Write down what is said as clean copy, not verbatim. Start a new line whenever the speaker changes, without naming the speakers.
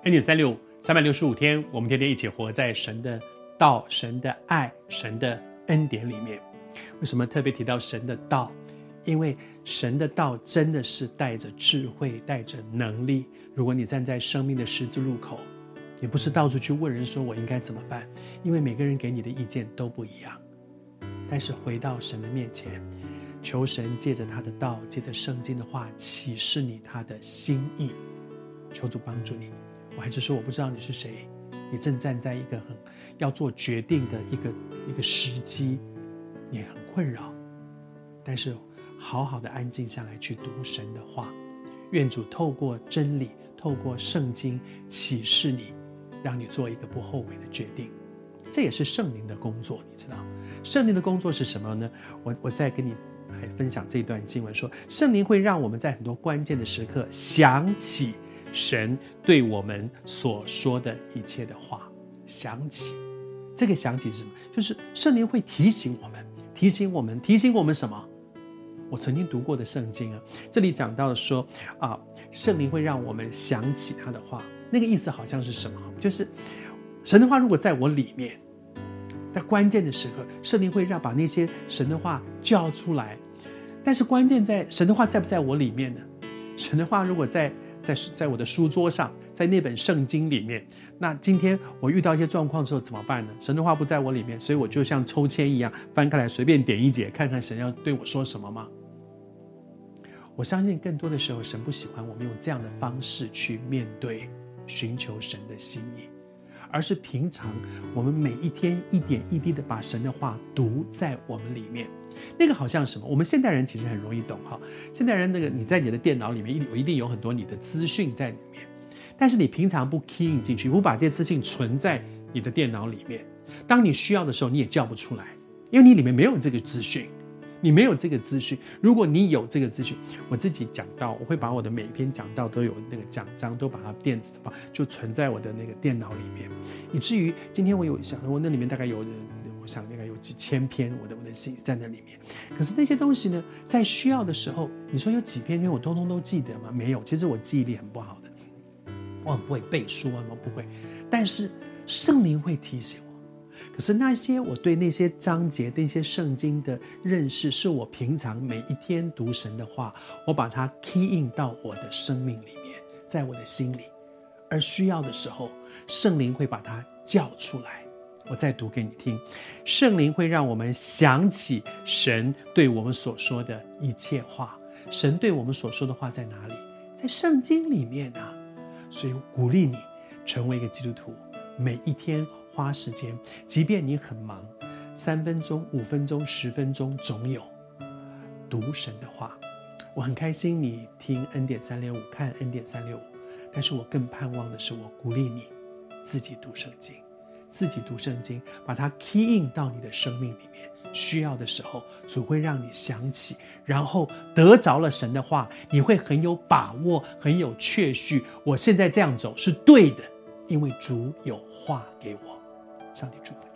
恩典365，365天，我们天天一起活在神的道、神的爱、神的恩典里面。为什么特别提到神的道？因为神的道真的是带着智慧，带着能力。如果你站在生命的十字路口，也不是到处去问人说我应该怎么办，因为每个人给你的意见都不一样。但是回到神的面前，求神借着他的道，借着圣经的话启示你他的心意。求主帮助你。我还是说我不知道你是谁，你正站在一个要做决定的一个时机，你很困扰，但是好好的安静下来去读神的话，愿主透过真理，透过圣经启示你，让你做一个不后悔的决定。这也是圣灵的工作，你知道圣灵的工作是什么呢？我再跟你来分享这段经文，说圣灵会让我们在很多关键的时刻想起神对我们所说的一切的话。想起，这个想起是什么？就是圣灵会提醒我们什么？我曾经读过的圣经啊，这里讲到说圣灵会让我们想起他的话，那个意思好像是什么？就是神的话如果在我里面，在关键的时刻，圣灵会把那些神的话叫出来。但是关键在神的话在不在我里面呢？神的话如果在我的书桌上，在那本圣经里面，那今天我遇到一些状况的时候怎么办呢？神的话不在我里面，所以我就像抽签一样翻开来随便点一节，看看神要对我说什么吗？我相信更多的时候神不喜欢我们用这样的方式去面对寻求神的心意，而是平常我们每一天一点一滴的把神的话读在我们里面。那个好像什么？我们现代人其实很容易懂哈。现代人你在你的电脑里面一定有很多你的资讯在里面，但是你平常不 key in 进去，不把这些资讯存在你的电脑里面，当你需要的时候你也叫不出来，因为你里面没有这个资讯。你没有这个资讯，如果你有这个资讯，我自己讲到，我会把我的每一篇讲到都有那个讲章，都把它电子化，就存在我的那个电脑里面，以至于今天我那里面大概有，我想大概有几千篇我的信在那里面。可是那些东西呢，在需要的时候，你说有几篇我通通都记得吗？没有，其实我记忆力很不好的，我很不会背书，我不会，但是圣灵会提醒我。可是那些我对那些章节、那些圣经的认识，是我平常每一天读神的话，我把它 key in 到我的生命里面，在我的心里，而需要的时候，圣灵会把它叫出来。我再读给你听，圣灵会让我们想起神对我们所说的一切话。神对我们所说的话在哪里？在圣经里面啊。所以我鼓励你成为一个基督徒，每一天花时间，即便你很忙，3分钟、5分钟、10分钟总有，读神的话。我很开心你听恩典365，看恩典365，但是我更盼望的是，我鼓励你自己读圣经，把它 key in 到你的生命里面，需要的时候主会让你想起，然后得着了神的话，你会很有把握，很有确据，我现在这样走是对的，因为主有话给我。上帝祝福。